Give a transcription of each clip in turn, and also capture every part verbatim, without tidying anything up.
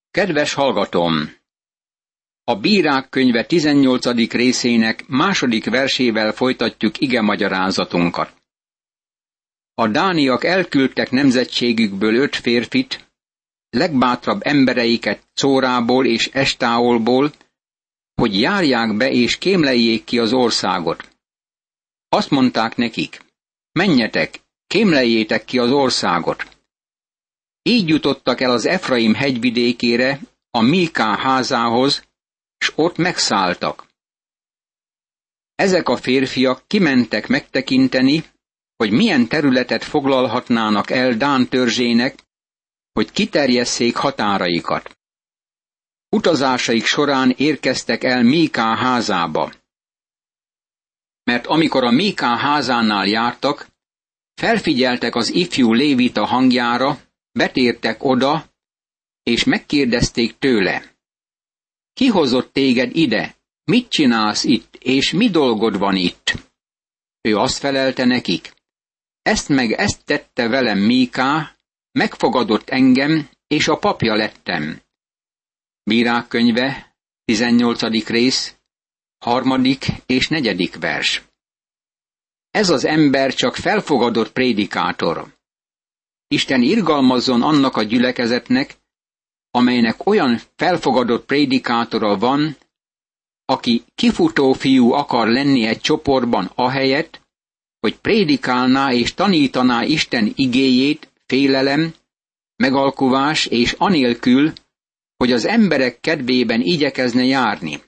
Kedves hallgatóm! A Bírák könyve tizennyolcadik részének második versével folytatjuk igemagyarázatunkat. A dániak elküldtek nemzetségükből öt férfit, legbátrabb embereiket Czórából és Estáolból, hogy járják be és kémleljék ki az országot. Azt mondták nekik: menjetek, kémleljétek ki az országot. Így jutottak el az Efraim hegyvidékére, a Míká házához, s ott megszálltak. Ezek a férfiak kimentek megtekinteni, hogy milyen területet foglalhatnának el Dán törzsének, hogy kiterjesszék határaikat. Utazásaik során érkeztek el Míká házába. Mert amikor a Míká házánál jártak, felfigyeltek az ifjú lévita hangjára, betértek oda, és megkérdezték tőle: ki hozott téged ide? Mit csinálsz itt, és mi dolgod van itt? Ő azt felelte nekik: ezt meg ezt tette velem Míká, megfogadott engem, és a papja lettem. Bírák könyve, tizennyolcadik rész, harmadik és negyedik vers. Ez az ember csak felfogadott prédikátor. Isten irgalmazzon annak a gyülekezetnek, amelynek olyan felfogadott prédikátora van, aki kifutó fiú akar lenni egy csoportban ahelyett, hogy prédikálná és tanítaná Isten igéjét félelem, megalkuvás és anélkül, hogy az emberek kedvében igyekezne járni.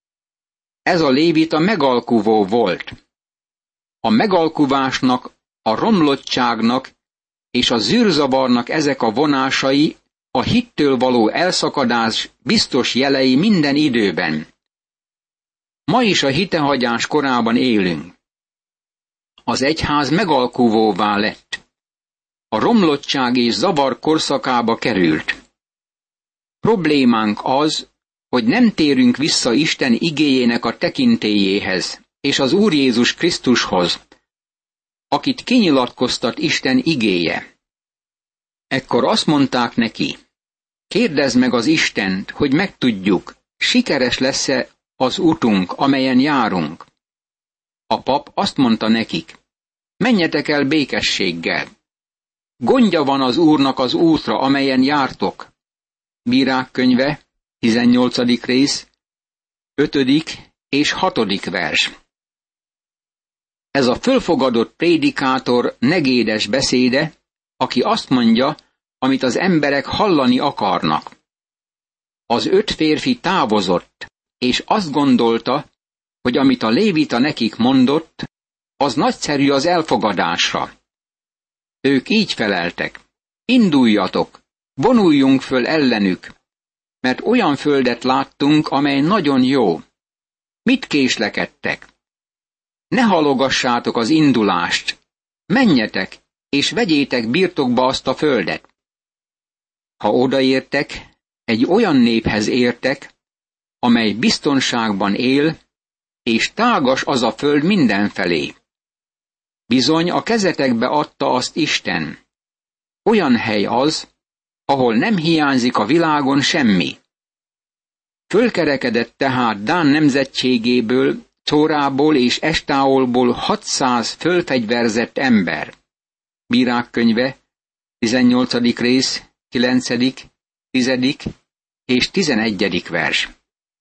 Ez a lévita megalkuvó volt. A megalkuvásnak, a romlottságnak és a zűrzavarnak ezek a vonásai a hittől való elszakadás biztos jelei minden időben. Ma is a hitehagyás korában élünk. Az egyház megalkuvóvá lett. A romlottság és zavar korszakába került. Problémánk az, hogy nem térünk vissza Isten igéjének a tekintélyéhez és az Úr Jézus Krisztushoz, akit kinyilatkoztat Isten igéje. Ekkor azt mondták neki: kérdezd meg az Istent, hogy megtudjuk, sikeres lesz-e az útunk, amelyen járunk. A pap azt mondta nekik: menjetek el békességgel. Gondja van az Úrnak az útra, amelyen jártok. Bírák könyve, tizennyolcadik rész, ötödik és hatodik vers. Ez a fölfogadott prédikátor negédes beszéde, aki azt mondja, amit az emberek hallani akarnak. Az öt férfi távozott, és azt gondolta, hogy amit a lévita nekik mondott, az nagyszerű az elfogadásra. Ők így feleltek: induljatok, vonuljunk föl ellenük, mert olyan földet láttunk, amely nagyon jó. Mit késlekedtek? Ne halogassátok az indulást, menjetek, és vegyétek birtokba azt a földet. Ha odaértek, egy olyan néphez értek, amely biztonságban él, és tágas az a föld mindenfelé. Bizony a kezetekbe adta azt Isten. Olyan hely az, ahol nem hiányzik a világon semmi. Fölkerekedett tehát Dán nemzetségéből, Czórából és Estáolból hatszáz fölfegyverzett ember. Bírák könyve, tizennyolcadik rész, kilencedik, tizedik és tizenegyedik vers.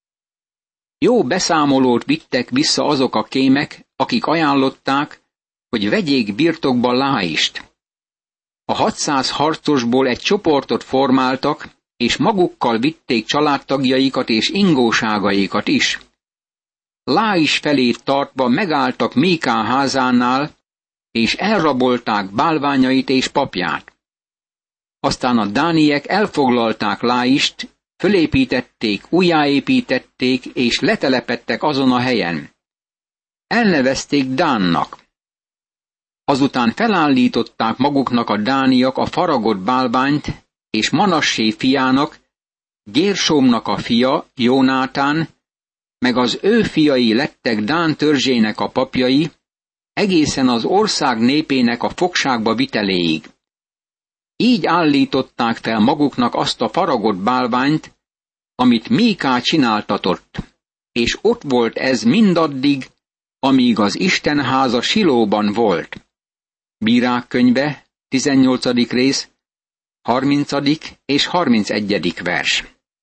Jó beszámolót vittek vissza azok a kémek, akik ajánlották, hogy vegyék birtokba Láist. A hatszáz harcosból egy csoportot formáltak, és magukkal vitték családtagjaikat és ingóságaikat is. Láis felé tartva megálltak Míká házánál, és elrabolták bálványait és papját. Aztán a dániek elfoglalták Láist, fölépítették, újjáépítették, és letelepedtek azon a helyen. Elnevezték Dánnak. Azután felállították maguknak a dániak a faragott bálványt, és Manassé fiának, Gérsómnak a fia, Jónátán, meg az ő fiai lettek Dán törzsének a papjai, egészen az ország népének a fogságba viteléig. Így állították fel maguknak azt a faragott bálványt, amit Míká csináltatott, és ott volt ez mindaddig, amíg az Istenháza Silóban volt. Bírák könyve, tizennyolcadik rész, harmincadik és harmincegyedik vers.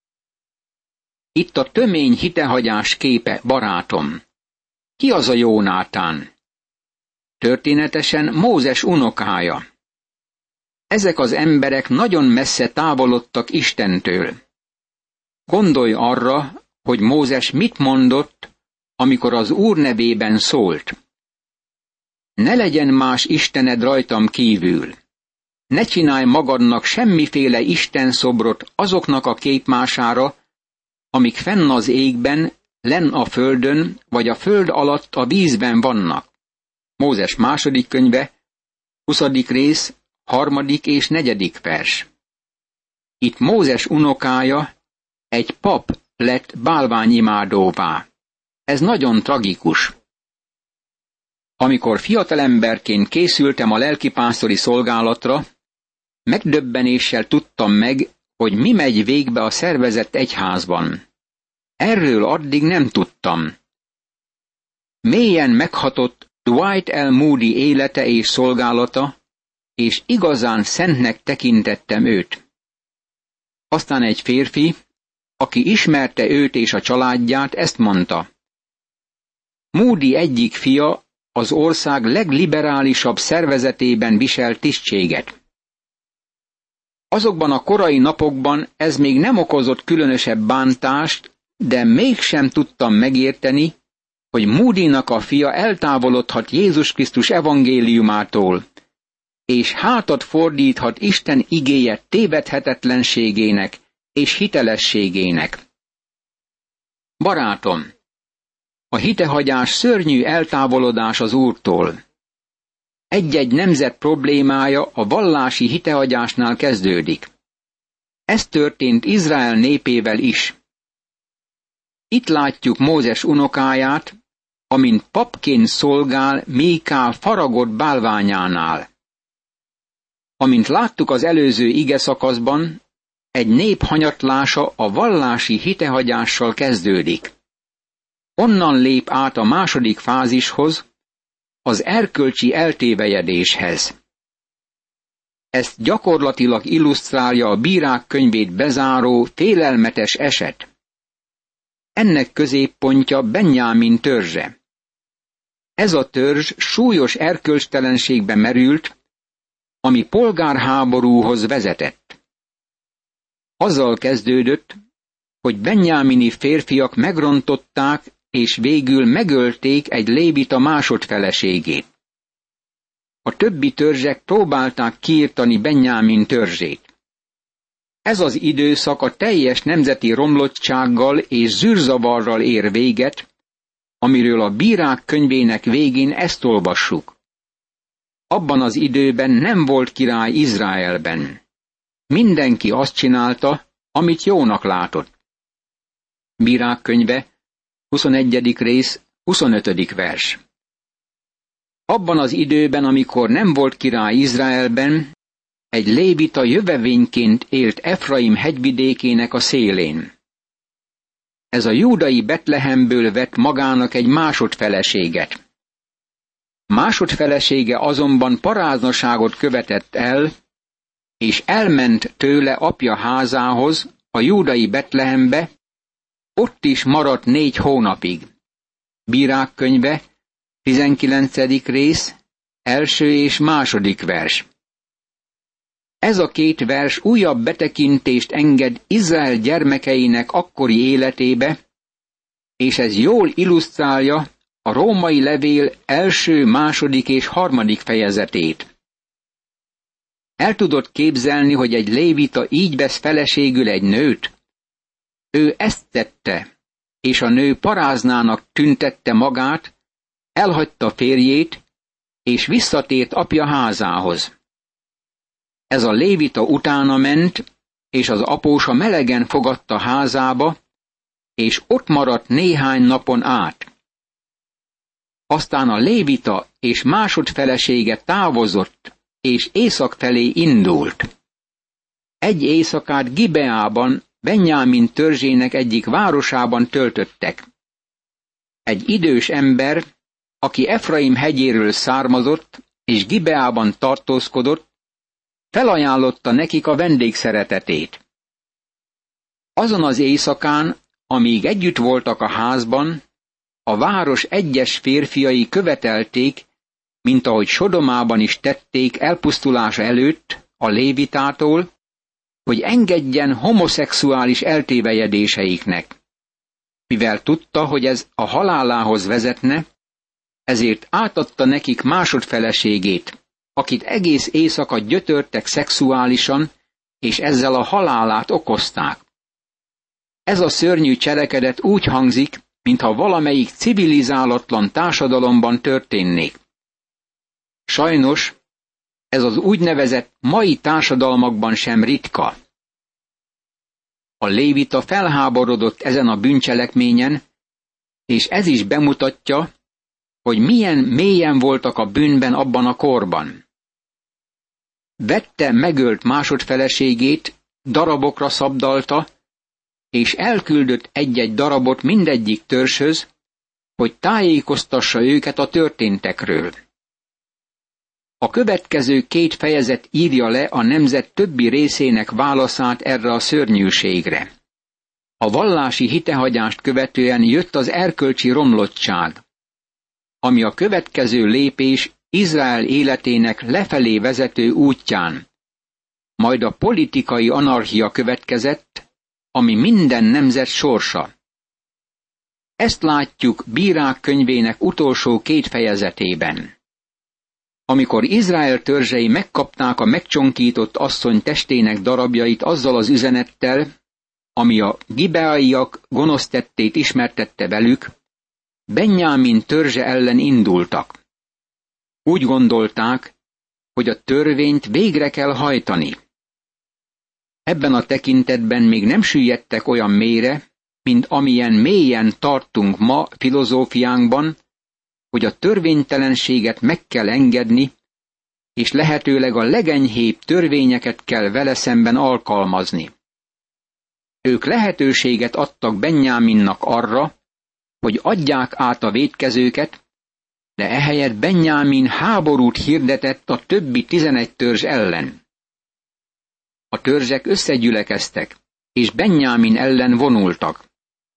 Itt a tömény hitehagyás képe, barátom. Ki az a Jónátán? Történetesen Mózes unokája. Ezek az emberek nagyon messze távolodtak Istentől. Gondolj arra, hogy Mózes mit mondott, amikor az Úr nevében szólt. Ne legyen más istened rajtam kívül. Ne csinálj magadnak semmiféle istenszobrot azoknak a képmására, amik fenn az égben, lenn a földön, vagy a föld alatt a vízben vannak. Mózes második könyve, huszadik rész, harmadik és negyedik vers. Itt Mózes unokája, egy pap lett bálványimádóvá. Ez nagyon tragikus. Amikor fiatalemberként készültem a lelkipásztori szolgálatra, megdöbbenéssel tudtam meg, hogy mi megy végbe a szervezett egyházban. Erről addig nem tudtam. Mélyen meghatott Dwight L. Moody élete és szolgálata, és igazán szentnek tekintettem őt. Aztán egy férfi, aki ismerte őt és a családját, ezt mondta. Moody egyik fia az ország legliberálisabb szervezetében visel tisztséget. Azokban a korai napokban ez még nem okozott különösebb bántást, de mégsem tudtam megérteni, hogy Moodynak a fia eltávolodhat Jézus Krisztus evangéliumától, és hátat fordíthat Isten igéje tévedhetetlenségének és hitelességének. Barátom, a hitehagyás szörnyű eltávolodás az Úrtól. Egy-egy nemzet problémája a vallási hitehagyásnál kezdődik. Ez történt Izrael népével is. Itt látjuk Mózes unokáját, amint papként szolgál Míká faragott bálványánál. Amint láttuk az előző ige szakaszban, egy nép hanyatlása a vallási hitehagyással kezdődik. Onnan lép át a második fázishoz, az erkölcsi eltévejedéshez. Ezt gyakorlatilag illusztrálja a Bírák könyvét bezáró félelmetes eset. Ennek középpontja Benjámin törzse. Ez a törzs súlyos erkölcstelenségbe merült, ami polgárháborúhoz vezetett. Azzal kezdődött, hogy benjámini férfiak megrontották és végül megölték egy lévita másodfeleségét. A többi törzsek próbálták kiirtani Benjámin törzsét. Ez az időszak a teljes nemzeti romlottsággal és zűrzavarral ér véget, amiről a Bírák könyvének végén ezt olvassuk. Abban az időben nem volt király Izraelben. Mindenki azt csinálta, amit jónak látott. Bírák könyve, huszonegyedik rész, huszonötödik vers. Abban az időben, amikor nem volt király Izraelben, egy lévita jövevényként élt Efraim hegyvidékének a szélén. Ez a júdai Betlehemből vett magának egy másodfeleséget. Másodfelesége azonban paráznaságot követett el, és elment tőle apja házához, a júdai Betlehembe, ott is maradt négy hónapig. Bírák könyve, tizenkilencedik rész, első és második vers. Ez a két vers újabb betekintést enged Izrael gyermekeinek akkori életébe, és ez jól illusztrálja a római levél első, második és harmadik fejezetét. El tudod képzelni, hogy egy lévita így vesz feleségül egy nőt? Ő ezt tette, és a nő paráznának tüntette magát, elhagyta férjét, és visszatért apja házához. Ez a lévita utána ment, és az apósa melegen fogadta házába, és ott maradt néhány napon át. Aztán a lévita és másodfelesége távozott, és észak felé indult. egy éjszakát Gibeában, Benjámin törzsének egyik városában töltöttek. Egy idős ember, aki Efraim hegyéről származott, és Gibeában tartózkodott, felajánlotta nekik a vendégszeretetét. Azon az éjszakán, amíg együtt voltak a házban, a város egyes férfiai követelték, mint ahogy Sodomában is tették elpusztulása előtt a lévitától, hogy engedjen homoszexuális eltévejedéseiknek. Mivel tudta, hogy ez a halálához vezetne, ezért átadta nekik másodfeleségét, akit egész éjszaka gyötörtek szexuálisan, és ezzel a halálát okozták. Ez a szörnyű cselekedet úgy hangzik, mintha valamelyik civilizálatlan társadalomban történnék. Sajnos ez az úgynevezett mai társadalmakban sem ritka. A lévita felháborodott ezen a bűncselekményen, és ez is bemutatja, hogy milyen mélyen voltak a bűnben abban a korban. Vette megölt másodfeleségét, darabokra szabdalta, és elküldött egy-egy darabot mindegyik törzshöz, hogy tájékoztassa őket a történtekről. A következő két fejezet írja le a nemzet többi részének válaszát erre a szörnyűségre. A vallási hitehagyást követően jött az erkölcsi romlottság, ami a következő lépés Izrael életének lefelé vezető útján. Majd a politikai anarchia következett, ami minden nemzet sorsa. Ezt látjuk Bírák könyvének utolsó két fejezetében. Amikor Izrael törzsei megkapták a megcsonkított asszony testének darabjait azzal az üzenettel, ami a gibeaiak gonosz tettét ismertette velük, Benjámin törzse ellen indultak. Úgy gondolták, hogy a törvényt végre kell hajtani. Ebben a tekintetben még nem süllyedtek olyan mélyre, mint amilyen mélyen tartunk ma filozófiánkban, hogy a törvénytelenséget meg kell engedni, és lehetőleg a legenyhébb törvényeket kell vele szemben alkalmazni. Ők lehetőséget adtak Benjáminnak arra, hogy adják át a vétkezőket, de ehelyett Benjámin háborút hirdetett a többi tizenegy törzs ellen. A törzsek összegyülekeztek, és Benjámin ellen vonultak.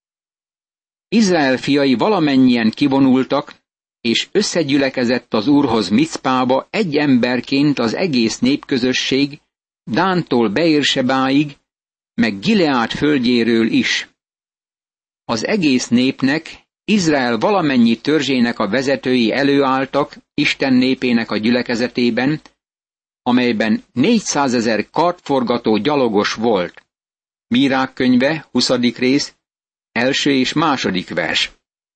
Izrael fiai valamennyien kivonultak, és összegyülekezett az Úrhoz Micpába egy emberként az egész népközösség, Dántól Beérsebáig, meg Gileád földjéről is. Az egész népnek, Izrael valamennyi törzsének a vezetői előálltak Isten népének a gyülekezetében, amelyben négyszázezer kartforgató gyalogos volt. Bírák könyve, huszadik rész, első és második vers.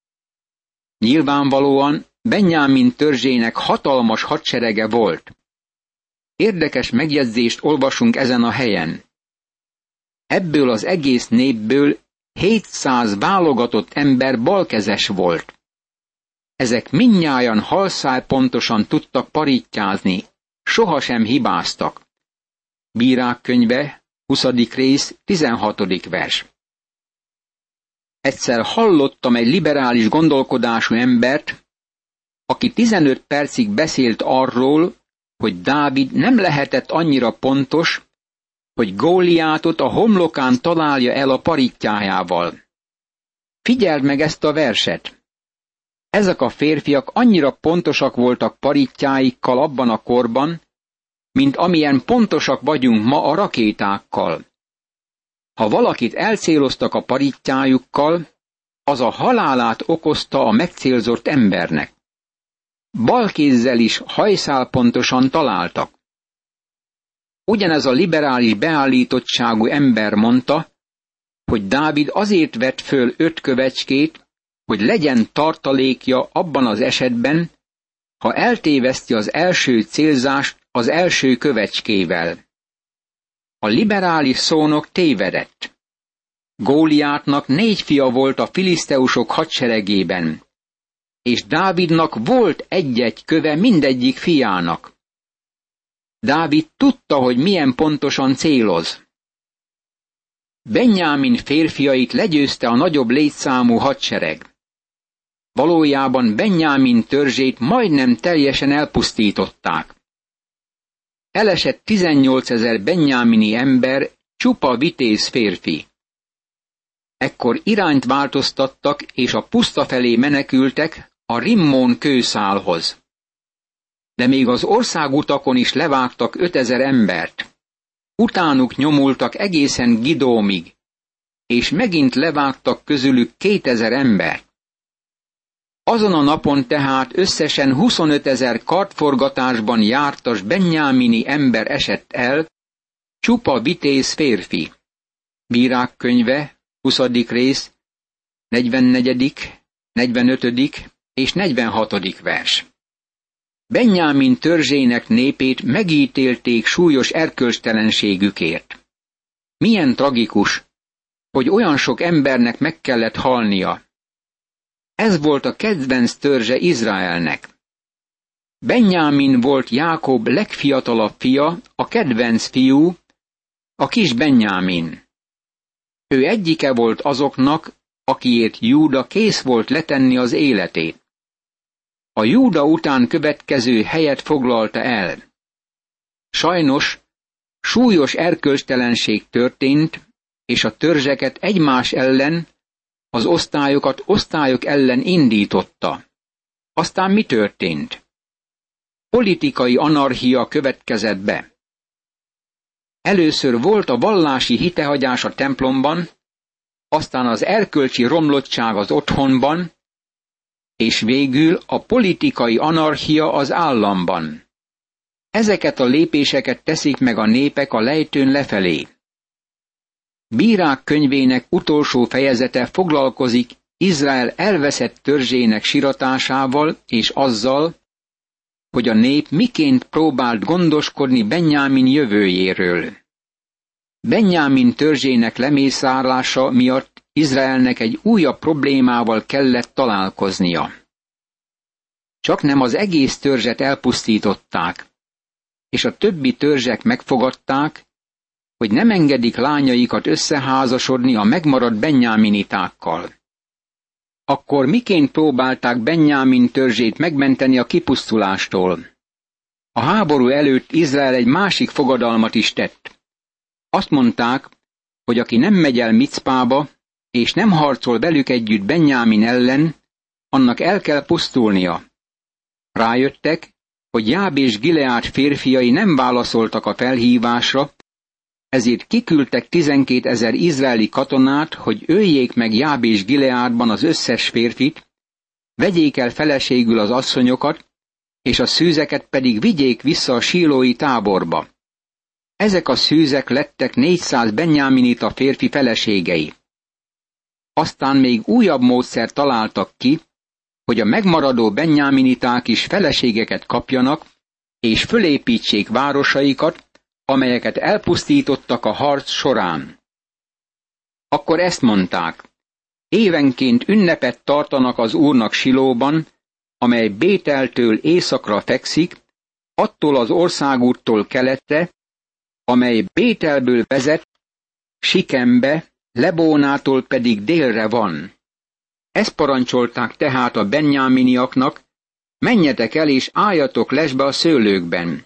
Nyilvánvalóan Benjámin törzsének hatalmas hadserege volt. Érdekes megjegyzést olvasunk ezen a helyen. Ebből az egész népből hétszáz válogatott ember balkezes volt. Ezek mindnyájan halszálpontosan tudtak parítjázni, sohasem hibáztak. Bírák könyve, huszadik rész, tizenhatodik vers. Egyszer hallottam egy liberális gondolkodású embert, aki tizenöt percig beszélt arról, hogy Dávid nem lehetett annyira pontos, hogy Góliátot a homlokán találja el a parítjájával. Figyeld meg ezt a verset! Ezek a férfiak annyira pontosak voltak parítjáikkal abban a korban, mint amilyen pontosak vagyunk ma a rakétákkal. Ha valakit elcéloztak a parítjájukkal, az a halálát okozta a megcélzott embernek. Balkézzel is hajszálpontosan találtak. Ugyanez a liberális beállítottságú ember mondta, hogy Dávid azért vett föl öt kövecskét, hogy legyen tartalékja abban az esetben, ha eltéveszti az első célzást az első kövecskével. A liberális szónok tévedett. Góliátnak négy fia volt a filiszteusok hadseregében, és Dávidnak volt egy-egy köve mindegyik fiának. Dávid tudta, hogy milyen pontosan céloz. Benjámin férfiait legyőzte a nagyobb létszámú hadsereg. Valójában Benjámin törzsét majdnem teljesen elpusztították. Elesett tizennyolcezer benjámini ember, csupa vitéz férfi. Ekkor irányt változtattak, és a puszta felé menekültek a Rimmón kőszálhoz. De még az országutakon is levágtak ötezer embert. Utánuk nyomultak egészen Gidómig, és megint levágtak közülük kétezer embert. Azon a napon tehát összesen huszonötezer kardforgatásban jártas benjámini ember esett el, csupa vitéz férfi. Bírák könyve, huszadik rész, negyvennegyedik, negyvenötödik és negyvenhatodik vers. Benjámin törzsének népét megítélték súlyos erkölcstelenségükért. Milyen tragikus, hogy olyan sok embernek meg kellett halnia. Ez volt a kedvenc törzse Izraelnek. Benjámin volt Jákob legfiatalabb fia, a kedvenc fiú, a kis Benjámin. Ő egyike volt azoknak, akiért Júda kész volt letenni az életét. A Júda után következő helyet foglalta el. Sajnos súlyos erkölcstelenség történt, és a törzseket egymás ellen, az osztályokat osztályok ellen indította. Aztán mi történt? Politikai anarchia következett be. Először volt a vallási hitehagyás a templomban, aztán az erkölcsi romlottság az otthonban, és végül a politikai anarchia az államban. Ezeket a lépéseket teszik meg a népek a lejtőn lefelé. Bírák könyvének utolsó fejezete foglalkozik Izrael elveszett törzsének siratásával és azzal, hogy a nép miként próbált gondoskodni Benjámin jövőjéről. Benjámin törzsének lemészárlása miatt Izraelnek egy újabb problémával kellett találkoznia. Csaknem az egész törzset elpusztították, és a többi törzsek megfogadták, hogy nem engedik lányaikat összeházasodni a megmaradt benjáminitákkal. Akkor miként próbálták Benjámin törzsét megmenteni a kipusztulástól? A háború előtt Izrael egy másik fogadalmat is tett. Azt mondták, hogy aki nem megy el Micpába, és nem harcol velük együtt Benjámin ellen, annak el kell pusztulnia. Rájöttek, hogy Jáb és Gileád férfiai nem válaszoltak a felhívásra, ezért kiküldtek tizenkétezer izraeli katonát, hogy öljék meg Jáb és Gileádban az összes férfit, vegyék el feleségül az asszonyokat, és a szűzeket pedig vigyék vissza a sílói táborba. Ezek a szűzek lettek négyszáz benjáminita férfi feleségei. Aztán még újabb módszert találtak ki, hogy a megmaradó benjáminiták is feleségeket kapjanak, és fölépítsék városaikat, amelyeket elpusztítottak a harc során. Akkor ezt mondták: évenként ünnepet tartanak az Úrnak Silóban, amely Bételtől északra fekszik, attól az országúttól keletre, amely Bételből vezet Sikembe, Lebónától pedig délre van. Ezt parancsolták tehát a benjáminiaknak: menjetek el és álljatok lesbe a szőlőkben.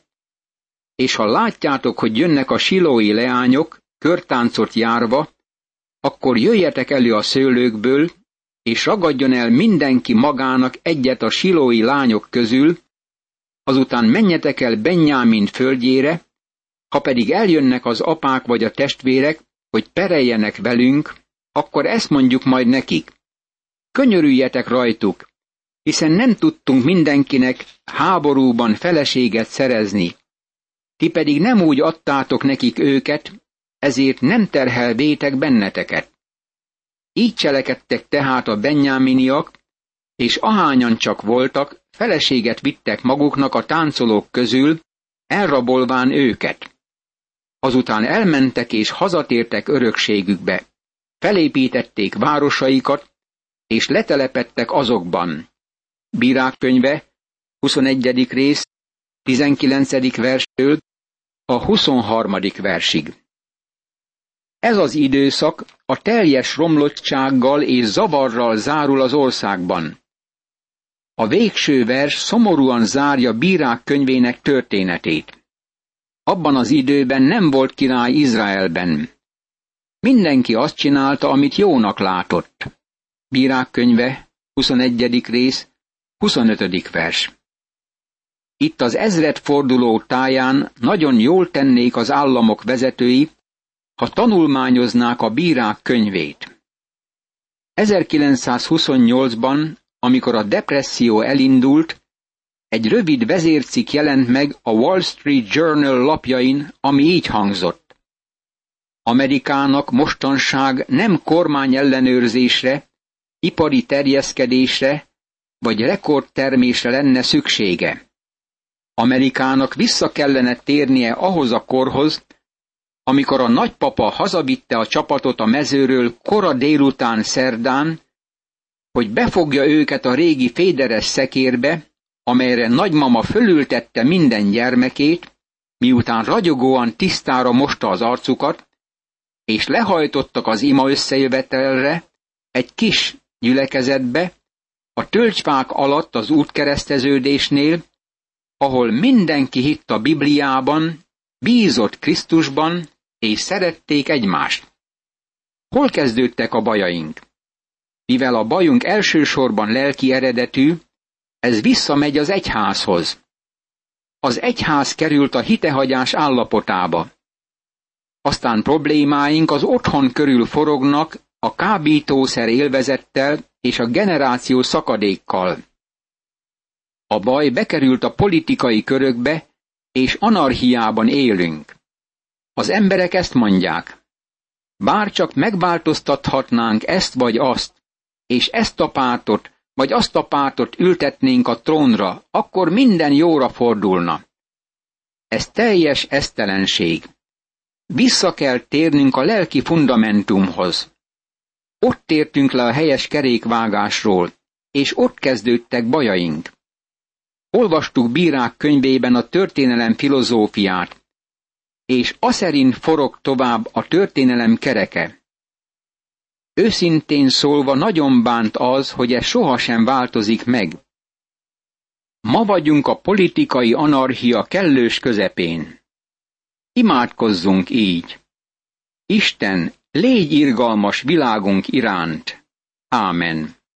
És ha látjátok, hogy jönnek a silói leányok, körtáncot járva, akkor jöjjetek elő a szőlőkből, és ragadjon el mindenki magának egyet a silói lányok közül, azután menjetek el Benjámin földjére, ha pedig eljönnek az apák vagy a testvérek, hogy pereljenek velünk, akkor ezt mondjuk majd nekik: könyörüljetek rajtuk, hiszen nem tudtunk mindenkinek háborúban feleséget szerezni. Ti pedig nem úgy adtátok nekik őket, ezért nem terhelvétek benneteket. Így cselekedtek tehát a benjáminiak, és ahányan csak voltak, feleséget vittek maguknak a táncolók közül, elrabolván őket. Azután elmentek és hazatértek örökségükbe. Felépítették városaikat, és letelepedtek azokban. Bírák könyve, huszonegyedik rész, tizenkilencedik verstől a huszonharmadik versig. Ez az időszak a teljes romlottsággal és zavarral zárul az országban. A végső vers szomorúan zárja Bírák könyvének történetét. Abban az időben nem volt király Izraelben. Mindenki azt csinálta, amit jónak látott. Bírák könyve, huszonegyedik rész, huszonötödik vers. Itt az ezredforduló táján nagyon jól tennék az államok vezetői, ha tanulmányoznák a Bírák könyvét. ezerkilencszázhuszonnyolcban, amikor a depresszió elindult, egy rövid vezércikk jelent meg a Wall Street Journal lapjain, ami így hangzott. Amerikának mostanság nem kormányellenőrzésre, ipari terjeszkedésre vagy rekordtermésre lenne szüksége. Amerikának vissza kellene térnie ahhoz a korhoz, amikor a nagypapa hazavitte a csapatot a mezőről kora délután szerdán, hogy befogja őket a régi féderes szekérbe, amelyre nagymama fölültette minden gyermekét, miután ragyogóan tisztára mosta az arcukat, és lehajtottak az ima összejövetelre, egy kis gyülekezetbe, a tölgyfák alatt az útkereszteződésnél, ahol mindenki hitt a Bibliában, bízott Krisztusban, és szerették egymást. Hol kezdődtek a bajaink? Mivel a bajunk elsősorban lelki eredetű, ez visszamegy az egyházhoz. Az egyház került a hitehagyás állapotába. Aztán problémáink az otthon körül forognak a kábítószer élvezettel és a generáció szakadékkal. A baj bekerült a politikai körökbe, és anarchiában élünk. Az emberek ezt mondják. Bárcsak megváltoztathatnánk ezt vagy azt, és ezt a pártot, vagy azt a pártot ültetnénk a trónra, akkor minden jóra fordulna. Ez teljes esztelenség. Vissza kell térnünk a lelki fundamentumhoz. Ott tértünk le a helyes kerékvágásról, és ott kezdődtek bajaink. Olvastuk Bírák könyvében a történelem filozófiát, és aszerint forog tovább a történelem kereke. Őszintén szólva nagyon bánt az, hogy ez sohasem változik meg. Ma vagyunk a politikai anarchia kellős közepén. Imádkozzunk így. Isten, légy irgalmas világunk iránt. Ámen.